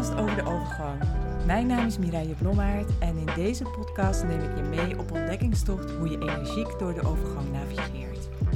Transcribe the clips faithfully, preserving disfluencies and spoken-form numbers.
podcast over de overgang. Mijn naam is Mireille Blommaert en in deze podcast neem ik je mee op ontdekkingstocht hoe je energiek door de overgang navigeert.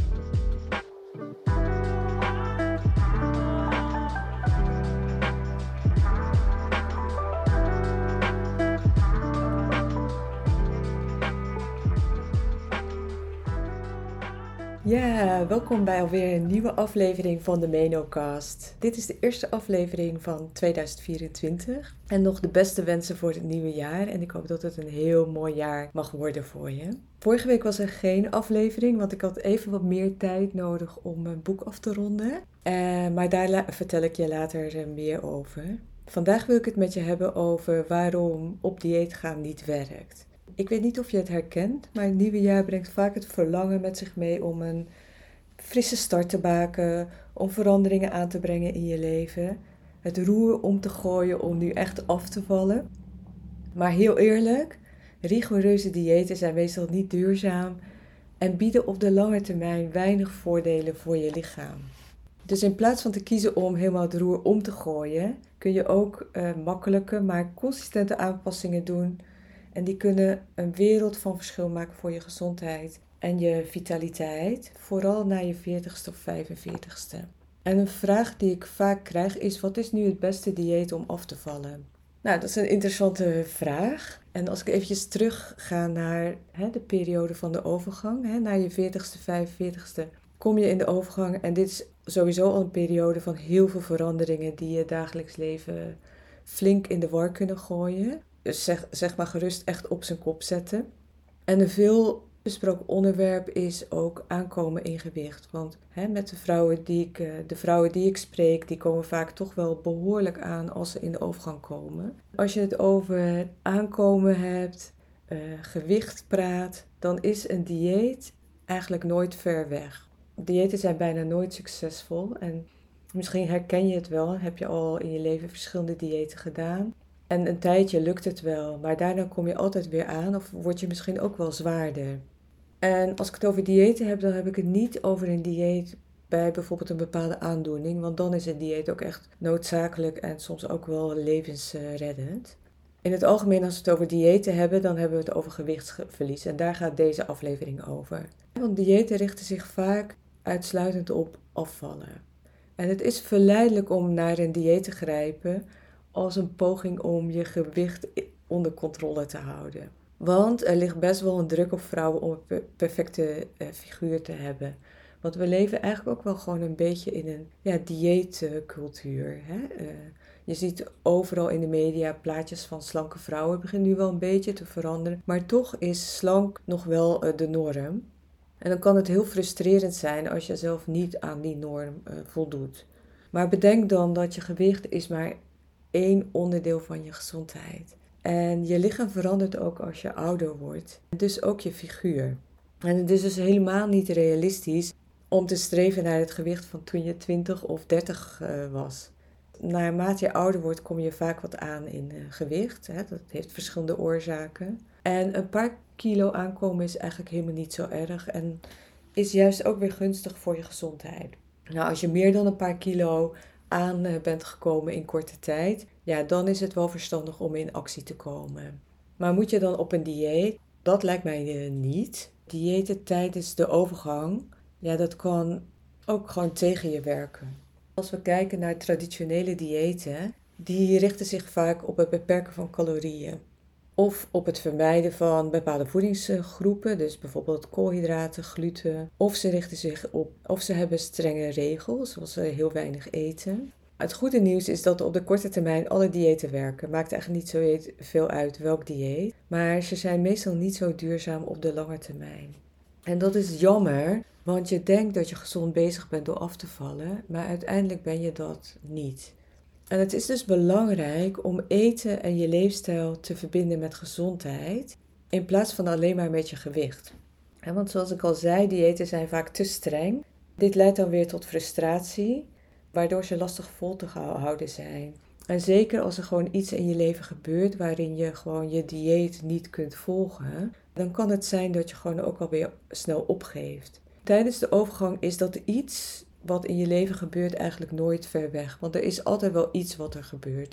Ja, welkom bij alweer een nieuwe aflevering van de Menocast. Dit is de eerste aflevering van tweeduizend vierentwintig en nog de beste wensen voor het nieuwe jaar. En ik hoop dat het een heel mooi jaar mag worden voor je. Vorige week was er geen aflevering, want ik had even wat meer tijd nodig om mijn boek af te ronden. Uh, maar daar la- vertel ik je later uh, meer over. Vandaag wil ik het met je hebben over waarom op dieet gaan niet werkt. Ik weet niet of je het herkent, maar het nieuwe jaar brengt vaak het verlangen met zich mee om een frisse start te maken, om veranderingen aan te brengen in je leven, het roer om te gooien om nu echt af te vallen. Maar heel eerlijk, rigoureuze diëten zijn meestal niet duurzaam en bieden op de lange termijn weinig voordelen voor je lichaam. Dus in plaats van te kiezen om helemaal het roer om te gooien, kun je ook uh, makkelijke, maar consistente aanpassingen doen. En die kunnen een wereld van verschil maken voor je gezondheid en je vitaliteit, vooral na je veertigste of vijfenveertigste. En een vraag die ik vaak krijg is, wat is nu het beste dieet om af te vallen? Nou, dat is een interessante vraag. En als ik eventjes terug ga naar hè, de periode van de overgang, hè, na je veertigste, vijfenveertigste, kom je in de overgang. En dit is sowieso al een periode van heel veel veranderingen die je dagelijks leven flink in de war kunnen gooien. Dus zeg, zeg maar gerust echt op zijn kop zetten. En een veel besproken onderwerp is ook aankomen in gewicht. Want hè, met de vrouwen, die ik, de vrouwen die ik spreek, die komen vaak toch wel behoorlijk aan als ze in de overgang komen. Als je het over aankomen hebt, uh, gewicht praat, dan is een dieet eigenlijk nooit ver weg. Diëten zijn bijna nooit succesvol. En misschien herken je het wel, heb je al in je leven verschillende diëten gedaan. En een tijdje lukt het wel, maar daarna kom je altijd weer aan of word je misschien ook wel zwaarder. En als ik het over diëten heb, dan heb ik het niet over een dieet bij bijvoorbeeld een bepaalde aandoening, want dan is een dieet ook echt noodzakelijk en soms ook wel levensreddend. In het algemeen, als we het over diëten hebben, dan hebben we het over gewichtsverlies en daar gaat deze aflevering over. Want diëten richten zich vaak uitsluitend op afvallen. En het is verleidelijk om naar een dieet te grijpen als een poging om je gewicht onder controle te houden. Want er ligt best wel een druk op vrouwen om een perfecte uh, figuur te hebben. Want we leven eigenlijk ook wel gewoon een beetje in een ja, dieetcultuur. Hè? Uh, je ziet overal in de media plaatjes van slanke vrouwen. Het begint nu wel een beetje te veranderen. Maar toch is slank nog wel uh, de norm. En dan kan het heel frustrerend zijn als je zelf niet aan die norm uh, voldoet. Maar bedenk dan dat je gewicht is maar één onderdeel van je gezondheid. En je lichaam verandert ook als je ouder wordt. Dus ook je figuur. En het is dus helemaal niet realistisch om te streven naar het gewicht van toen je twintig of dertig uh, was. Naarmate je ouder wordt kom je vaak wat aan in uh, gewicht. Hè? Dat heeft verschillende oorzaken. En een paar kilo aankomen is eigenlijk helemaal niet zo erg. En is juist ook weer gunstig voor je gezondheid. Nou, als je meer dan een paar kilo aan bent gekomen in korte tijd, ja, dan is het wel verstandig om in actie te komen. Maar moet je dan op een dieet? Dat lijkt mij niet. Diëten tijdens de overgang, ja, dat kan ook gewoon tegen je werken. Als we kijken naar traditionele diëten, die richten zich vaak op het beperken van calorieën. Of op het vermijden van bepaalde voedingsgroepen, dus bijvoorbeeld koolhydraten, gluten. Of ze richten zich op, of ze hebben strenge regels, zoals ze heel weinig eten. Het goede nieuws is dat op de korte termijn alle diëten werken. Maakt eigenlijk niet zo veel uit welk dieet, maar ze zijn meestal niet zo duurzaam op de lange termijn. En dat is jammer, want je denkt dat je gezond bezig bent door af te vallen, maar uiteindelijk ben je dat niet. En het is dus belangrijk om eten en je leefstijl te verbinden met gezondheid, in plaats van alleen maar met je gewicht. En want zoals ik al zei, diëten zijn vaak te streng. Dit leidt dan weer tot frustratie, waardoor ze lastig vol te houden zijn. En zeker als er gewoon iets in je leven gebeurt waarin je gewoon je dieet niet kunt volgen, dan kan het zijn dat je gewoon ook alweer snel opgeeft. Tijdens de overgang is dat iets wat in je leven gebeurt eigenlijk nooit ver weg. Want er is altijd wel iets wat er gebeurt.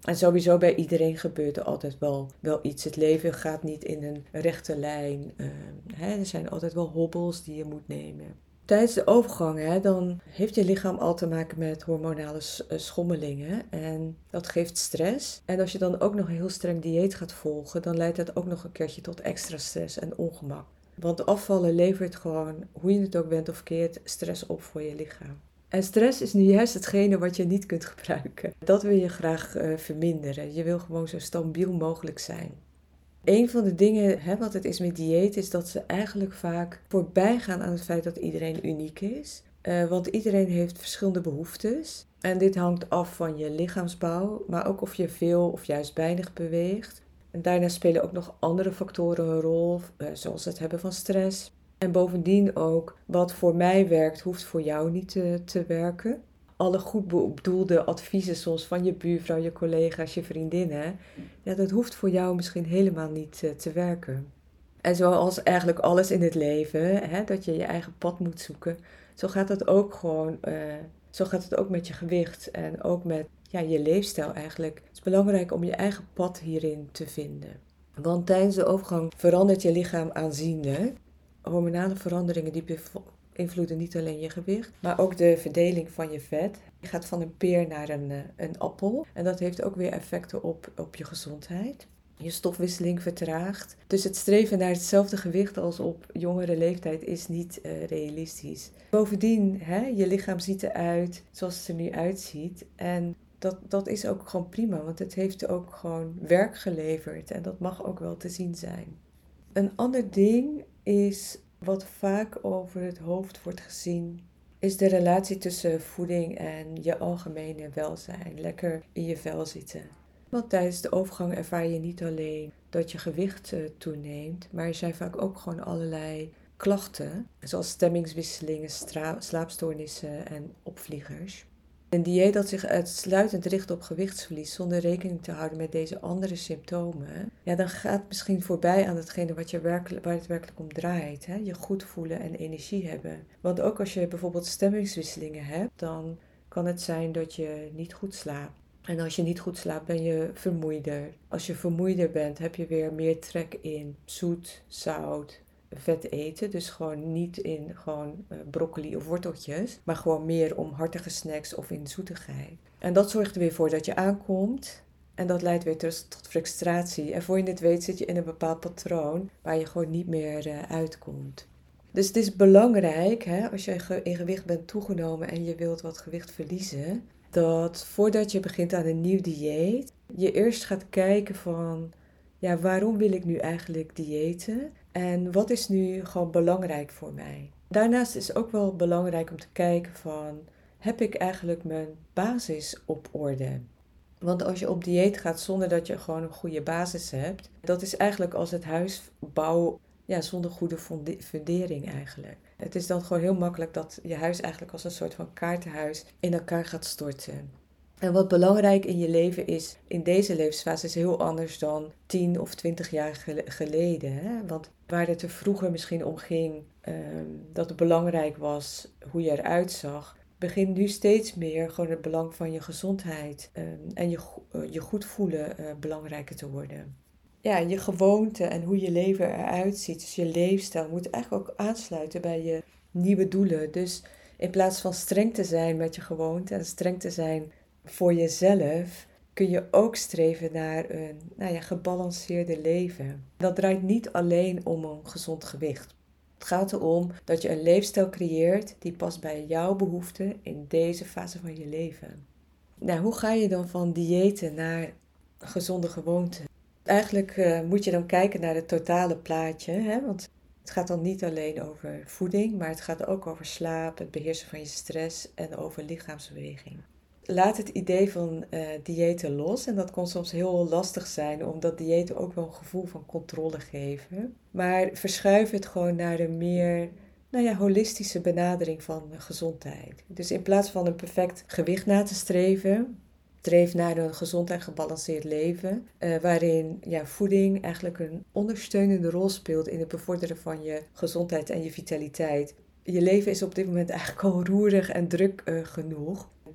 En sowieso bij iedereen gebeurt er altijd wel, wel iets. Het leven gaat niet in een rechte lijn. Uh, hè, er zijn altijd wel hobbels die je moet nemen. Tijdens de overgang, hè, dan heeft je lichaam al te maken met hormonale schommelingen. En dat geeft stress. En als je dan ook nog een heel streng dieet gaat volgen, dan leidt dat ook nog een keertje tot extra stress en ongemak. Want afvallen levert gewoon, hoe je het ook bent of keert, stress op voor je lichaam. En stress is nu juist hetgene wat je niet kunt gebruiken. Dat wil je graag uh, verminderen. Je wil gewoon zo stabiel mogelijk zijn. Een van de dingen hè, wat het is met dieet is dat ze eigenlijk vaak voorbij gaan aan het feit dat iedereen uniek is. Uh, want iedereen heeft verschillende behoeftes. En dit hangt af van je lichaamsbouw, maar ook of je veel of juist weinig beweegt. En daarna spelen ook nog andere factoren een rol, uh, zoals het hebben van stress. En bovendien ook, wat voor mij werkt, hoeft voor jou niet te, te werken. Alle goed bedoelde adviezen soms van je buurvrouw, je collega's, je vriendinnen, ja, dat hoeft voor jou misschien helemaal niet uh, te werken. En zoals eigenlijk alles in het leven, hè, dat je je eigen pad moet zoeken, zo gaat het ook gewoon, uh, zo gaat het ook met je gewicht en ook met ja, je leefstijl eigenlijk. Het is belangrijk om je eigen pad hierin te vinden. Want tijdens de overgang verandert je lichaam aanzienlijk. Hormonale veranderingen die beïnvloeden niet alleen je gewicht, maar ook de verdeling van je vet. Je gaat van een peer naar een, een appel en dat heeft ook weer effecten op, op je gezondheid. Je stofwisseling vertraagt. Dus het streven naar hetzelfde gewicht als op jongere leeftijd is niet uh, realistisch. Bovendien, hè, je lichaam ziet eruit zoals het er nu uitziet. En dat, dat is ook gewoon prima, want het heeft ook gewoon werk geleverd. En dat mag ook wel te zien zijn. Een ander ding is wat vaak over het hoofd wordt gezien, is de relatie tussen voeding en je algemene welzijn. Lekker in je vel zitten. Want tijdens de overgang ervaar je niet alleen dat je gewicht uh, toeneemt, maar er zijn vaak ook gewoon allerlei klachten, zoals stemmingswisselingen, stra- slaapstoornissen en opvliegers. Een dieet dat zich uitsluitend richt op gewichtsverlies zonder rekening te houden met deze andere symptomen, ja, dan gaat het misschien voorbij aan hetgene wat je werkelijk, waar het werkelijk om draait. Hè? Je goed voelen en energie hebben. Want ook als je bijvoorbeeld stemmingswisselingen hebt, dan kan het zijn dat je niet goed slaapt. En als je niet goed slaapt, ben je vermoeider. Als je vermoeider bent, heb je weer meer trek in zoet, zout, vet eten. Dus gewoon niet in gewoon uh, broccoli of worteltjes, maar gewoon meer om hartige snacks of in zoetigheid. En dat zorgt er weer voor dat je aankomt. En dat leidt weer tot frustratie. En voor je het weet zit je in een bepaald patroon waar je gewoon niet meer uh, uitkomt. Dus het is belangrijk, hè, als je in gewicht bent toegenomen en je wilt wat gewicht verliezen, dat voordat je begint aan een nieuw dieet, je eerst gaat kijken van, ja, waarom wil ik nu eigenlijk diëten? En wat is nu gewoon belangrijk voor mij? Daarnaast is het ook wel belangrijk om te kijken van, heb ik eigenlijk mijn basis op orde? Want als je op dieet gaat zonder dat je gewoon een goede basis hebt, dat is eigenlijk als het huis bouwen, ja, zonder goede fundering eigenlijk. Het is dan gewoon heel makkelijk dat je huis eigenlijk als een soort van kaartenhuis in elkaar gaat storten. En wat belangrijk in je leven is, in deze levensfase, is heel anders dan tien of twintig jaar geleden. Hè? Want waar het er vroeger misschien om ging, um, dat het belangrijk was hoe je eruit zag, begint nu steeds meer gewoon het belang van je gezondheid um, en je, uh, je goed voelen uh, belangrijker te worden. Ja, je gewoonte en hoe je leven eruit ziet, dus je leefstijl, moet eigenlijk ook aansluiten bij je nieuwe doelen. Dus in plaats van streng te zijn met je gewoonte en streng te zijn voor jezelf, kun je ook streven naar een nou ja, gebalanceerde leven. Dat draait niet alleen om een gezond gewicht. Het gaat erom dat je een leefstijl creëert die past bij jouw behoeften in deze fase van je leven. Nou, hoe ga je dan van diëten naar gezonde gewoonten? Eigenlijk uh, moet je dan kijken naar het totale plaatje, hè? Want het gaat dan niet alleen over voeding, maar het gaat ook over slaap, het beheersen van je stress en over lichaamsbeweging. Laat het idee van uh, diëten los. En dat kon soms heel lastig zijn, omdat diëten ook wel een gevoel van controle geven. Maar verschuif het gewoon naar een meer nou ja, holistische benadering van gezondheid. Dus in plaats van een perfect gewicht na te streven, streef naar een gezond en gebalanceerd leven, uh, waarin ja, voeding eigenlijk een ondersteunende rol speelt in het bevorderen van je gezondheid en je vitaliteit. Je leven is op dit moment eigenlijk al roerig en druk uh, genoeg.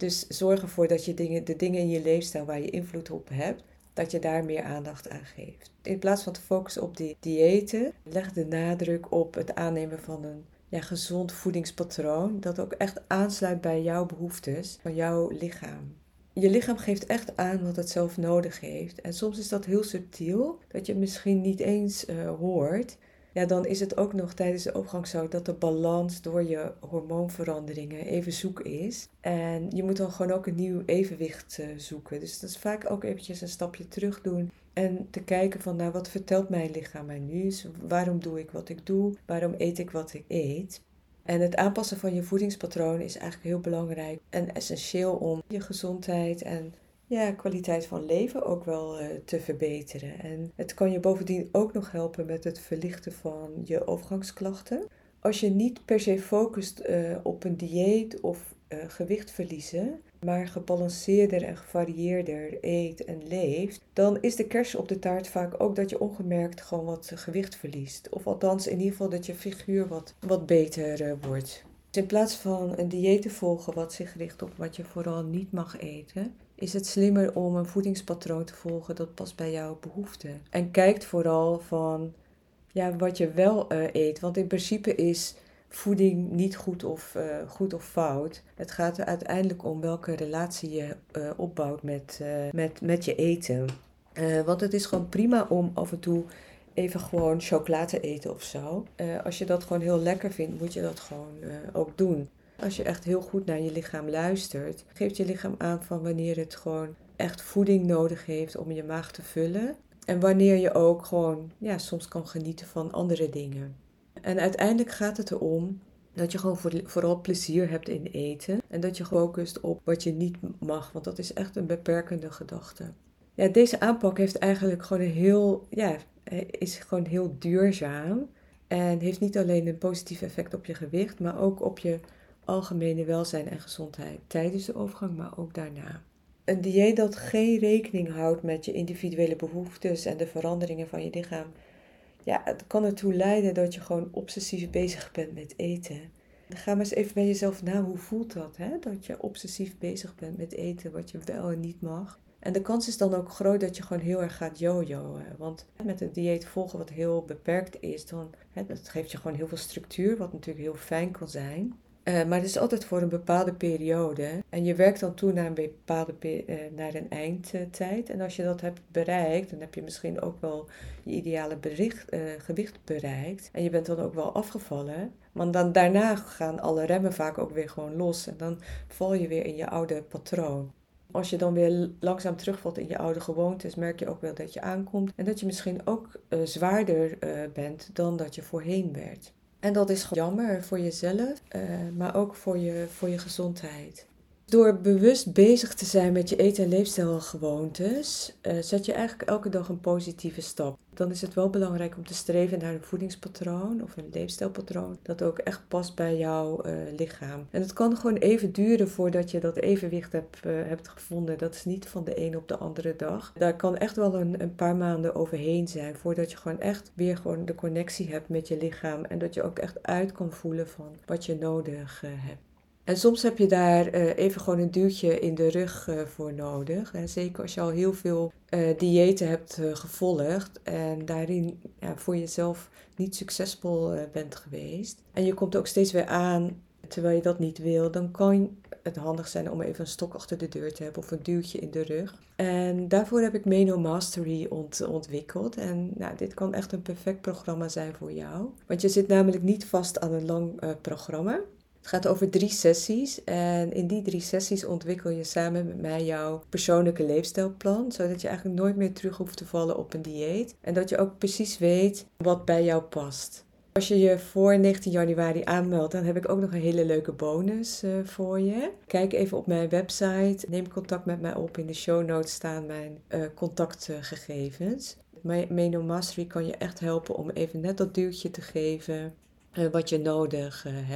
Dus zorg ervoor dat je dingen, de dingen in je leefstijl waar je invloed op hebt, dat je daar meer aandacht aan geeft. In plaats van te focussen op die diëten, leg de nadruk op het aannemen van een ja, gezond voedingspatroon. Dat ook echt aansluit bij jouw behoeftes van jouw lichaam. Je lichaam geeft echt aan wat het zelf nodig heeft. En soms is dat heel subtiel, dat je het misschien niet eens uh, hoort. Ja, dan is het ook nog tijdens de overgang zo dat de balans door je hormoonveranderingen even zoek is. En je moet dan gewoon ook een nieuw evenwicht uh, zoeken. Dus dat is vaak ook eventjes een stapje terug doen. En te kijken van, nou, wat vertelt mijn lichaam mij nu? Dus waarom doe ik wat ik doe? Waarom eet ik wat ik eet? En het aanpassen van je voedingspatroon is eigenlijk heel belangrijk en essentieel om je gezondheid en ja, kwaliteit van leven ook wel uh, te verbeteren. En het kan je bovendien ook nog helpen met het verlichten van je overgangsklachten. Als je niet per se focust uh, op een dieet of uh, gewicht verliezen, maar gebalanceerder en gevarieerder eet en leeft, dan is de kers op de taart vaak ook dat je ongemerkt gewoon wat gewicht verliest. Of althans in ieder geval dat je figuur wat, wat beter uh, wordt. Dus in plaats van een dieet te volgen wat zich richt op wat je vooral niet mag eten, is het slimmer om een voedingspatroon te volgen dat past bij jouw behoeften. En kijkt vooral van ja, wat je wel uh, eet. Want in principe is voeding niet goed of, uh, goed of fout. Het gaat er uiteindelijk om welke relatie je uh, opbouwt met, uh, met, met je eten. Uh, want het is gewoon prima om af en toe even gewoon chocola te eten of zo. Uh, als je dat gewoon heel lekker vindt, moet je dat gewoon uh, ook doen. Als je echt heel goed naar je lichaam luistert, geeft je lichaam aan van wanneer het gewoon echt voeding nodig heeft om je maag te vullen. En wanneer je ook gewoon ja, soms kan genieten van andere dingen. En uiteindelijk gaat het erom dat je gewoon vooral plezier hebt in eten. En dat je focust op wat je niet mag, want dat is echt een beperkende gedachte. Ja, deze aanpak heeft eigenlijk gewoon een heel, ja, is gewoon heel duurzaam. En heeft niet alleen een positief effect op je gewicht, maar ook op je algemene welzijn en gezondheid. Tijdens de overgang, maar ook daarna. Een dieet dat geen rekening houdt met je individuele behoeftes en de veranderingen van je lichaam, ja, het kan ertoe leiden dat je gewoon obsessief bezig bent met eten. Ga maar eens even bij jezelf na, hoe voelt dat, hè? Dat je obsessief bezig bent met eten, wat je wel en niet mag. En de kans is dan ook groot dat je gewoon heel erg gaat jojoen. Want met een dieet volgen wat heel beperkt is, dan, hè, dat geeft je gewoon heel veel structuur, wat natuurlijk heel fijn kan zijn. Uh, maar het is altijd voor een bepaalde periode. En je werkt dan toe naar een bepaalde pe- uh, naar een eindtijd. En als je dat hebt bereikt, dan heb je misschien ook wel je ideale bericht, uh, gewicht bereikt. En je bent dan ook wel afgevallen. Want dan daarna gaan alle remmen vaak ook weer gewoon los. En dan val je weer in je oude patroon. Als je dan weer langzaam terugvalt in je oude gewoontes, merk je ook wel dat je aankomt. En dat je misschien ook uh, zwaarder uh, bent dan dat je voorheen werd. En dat is jammer voor jezelf, uh, maar ook voor je, voor je gezondheid. Door bewust bezig te zijn met je eten- en leefstijlgewoontes, uh, zet je eigenlijk elke dag een positieve stap. Dan is het wel belangrijk om te streven naar een voedingspatroon of een leefstijlpatroon dat ook echt past bij jouw uh, lichaam. En het kan gewoon even duren voordat je dat evenwicht hebt, uh, hebt gevonden. Dat is niet van de een op de andere dag. Daar kan echt wel een, een paar maanden overheen zijn voordat je gewoon echt weer gewoon de connectie hebt met je lichaam. En dat je ook echt uit kan voelen van wat je nodig uh, hebt. En soms heb je daar uh, even gewoon een duwtje in de rug uh, voor nodig. En zeker als je al heel veel uh, diëten hebt uh, gevolgd en daarin ja, voor jezelf niet succesvol uh, bent geweest. En je komt ook steeds weer aan terwijl je dat niet wil. Dan kan het handig zijn om even een stok achter de deur te hebben of een duwtje in de rug. En daarvoor heb ik Meno Mastery ont- ontwikkeld. En nou, dit kan echt een perfect programma zijn voor jou. Want je zit namelijk niet vast aan een lang uh, programma. Het gaat over drie sessies en in die drie sessies ontwikkel je samen met mij jouw persoonlijke leefstijlplan, zodat je eigenlijk nooit meer terug hoeft te vallen op een dieet en dat je ook precies weet wat bij jou past. Als je je voor negentien januari aanmeldt, dan heb ik ook nog een hele leuke bonus uh, voor je. Kijk even op mijn website, neem contact met mij op. In de show notes staan mijn uh, contactgegevens. Meno Mastery kan je echt helpen om even net dat duwtje te geven uh, wat je nodig uh, hebt.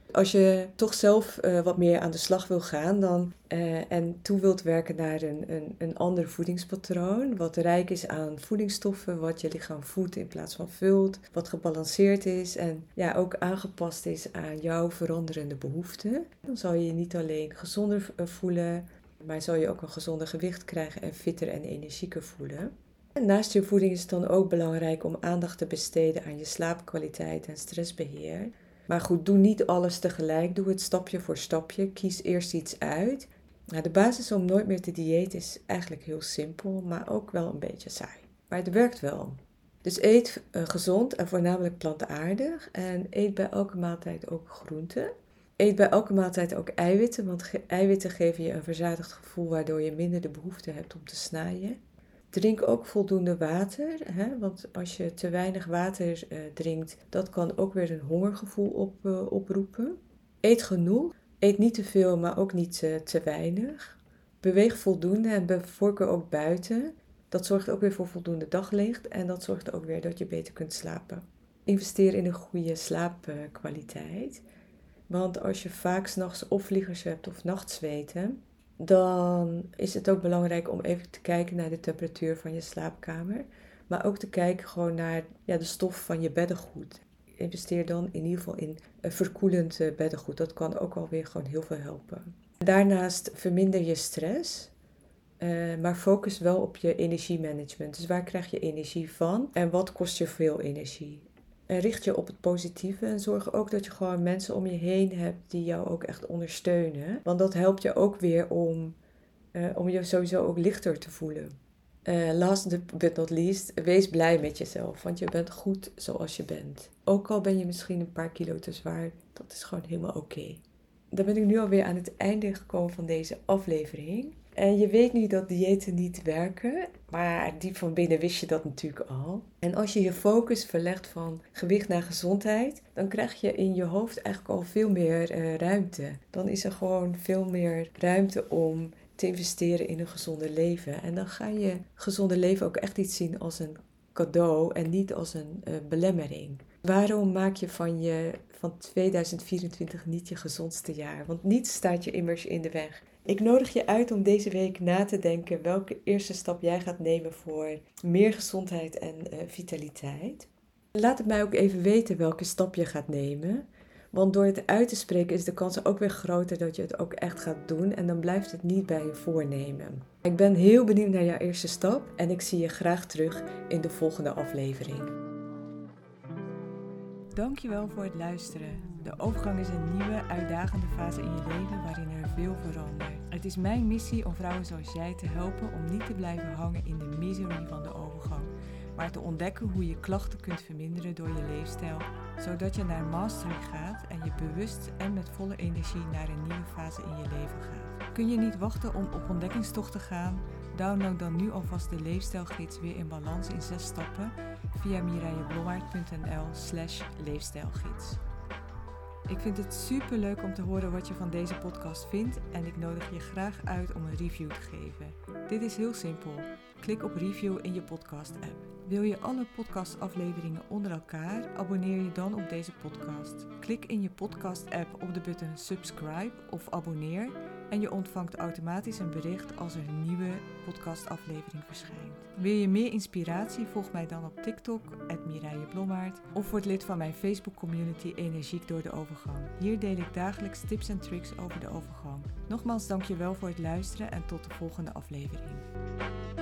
Als je toch zelf uh, wat meer aan de slag wil gaan dan, uh, en toe wilt werken naar een, een, een ander voedingspatroon, wat rijk is aan voedingsstoffen, wat je lichaam voedt in plaats van vult, wat gebalanceerd is en ja, ook aangepast is aan jouw veranderende behoeften, dan zal je je niet alleen gezonder voelen, maar zal je ook een gezonder gewicht krijgen en fitter en energieker voelen. En naast je voeding is het dan ook belangrijk om aandacht te besteden aan je slaapkwaliteit en stressbeheer. Maar goed, doe niet alles tegelijk. Doe het stapje voor stapje. Kies eerst iets uit. Nou, de basis om nooit meer te diëten is eigenlijk heel simpel, maar ook wel een beetje saai. Maar het werkt wel. Dus eet uh, gezond en voornamelijk plantaardig. En eet bij elke maaltijd ook groenten. Eet bij elke maaltijd ook eiwitten, want ge- eiwitten geven je een verzadigd gevoel waardoor je minder de behoefte hebt om te snijden. Drink ook voldoende water, hè? Want als je te weinig water uh, drinkt, dat kan ook weer een hongergevoel op, uh, oproepen. Eet genoeg, eet niet te veel, maar ook niet uh, te weinig. Beweeg voldoende en bij voorkeur ook buiten. Dat zorgt ook weer voor voldoende daglicht en dat zorgt ook weer dat je beter kunt slapen. Investeer in een goede slaapkwaliteit, want als je vaak 's nachts opvliegers hebt of nachtzweten, dan is het ook belangrijk om even te kijken naar de temperatuur van je slaapkamer. Maar ook te kijken gewoon naar ja, de stof van je beddengoed. Investeer dan in ieder geval in een verkoelend beddengoed. Dat kan ook alweer gewoon heel veel helpen. Daarnaast verminder je stress. Uh, maar focus wel op je energiemanagement. Dus waar krijg je energie van? En wat kost je veel energie? En richt je op het positieve en zorg ook dat je gewoon mensen om je heen hebt die jou ook echt ondersteunen. Want dat helpt je ook weer om, uh, om je sowieso ook lichter te voelen. Uh, last but not least, wees blij met jezelf, want je bent goed zoals je bent. Ook al ben je misschien een paar kilo te zwaar, dat is gewoon helemaal oké. Okay. Dan ben ik nu alweer aan het einde gekomen van deze aflevering. En je weet nu dat diëten niet werken, maar diep van binnen wist je dat natuurlijk al. En als je je focus verlegt van gewicht naar gezondheid, dan krijg je in je hoofd eigenlijk al veel meer uh, ruimte. Dan is er gewoon veel meer ruimte om te investeren in een gezonder leven. En dan ga je gezonde leven ook echt iets zien als een cadeau en niet als een uh, belemmering. Waarom maak je van, je van tweeduizend vierentwintig niet je gezondste jaar? Want niets staat je immers in de weg. Ik nodig je uit om deze week na te denken welke eerste stap jij gaat nemen voor meer gezondheid en uh, vitaliteit. Laat het mij ook even weten welke stap je gaat nemen. Want door het uit te spreken is de kans ook weer groter dat je het ook echt gaat doen. En dan blijft het niet bij je voornemen. Ik ben heel benieuwd naar jouw eerste stap. En ik zie je graag terug in de volgende aflevering. Dankjewel voor het luisteren. De overgang is een nieuwe, uitdagende fase in je leven waarin er veel verandert. Het is mijn missie om vrouwen zoals jij te helpen om niet te blijven hangen in de misery van de overgang, maar te ontdekken hoe je klachten kunt verminderen door je leefstijl, zodat je naar mastery gaat en je bewust en met volle energie naar een nieuwe fase in je leven gaat. Kun je niet wachten om op ontdekkingstocht te gaan? Download dan nu alvast de leefstijlgids Weer in Balans in zes stappen via mireilleblommaert punt n l slash leefstijlgids. Ik vind het super leuk om te horen wat je van deze podcast vindt en ik nodig je graag uit om een review te geven. Dit is heel simpel. Klik op review in je podcast-app. Wil je alle podcastafleveringen onder elkaar? Abonneer je dan op deze podcast. Klik in je podcast-app op de button subscribe of abonneer en je ontvangt automatisch een bericht als er een nieuwe podcastaflevering verschijnt. Wil je meer inspiratie? Volg mij dan op TikTok, at mireilleblommaert, of word lid van mijn Facebook community Energiek door de overgang. Hier deel ik dagelijks tips en tricks over de overgang. Nogmaals dankjewel voor het luisteren en tot de volgende aflevering.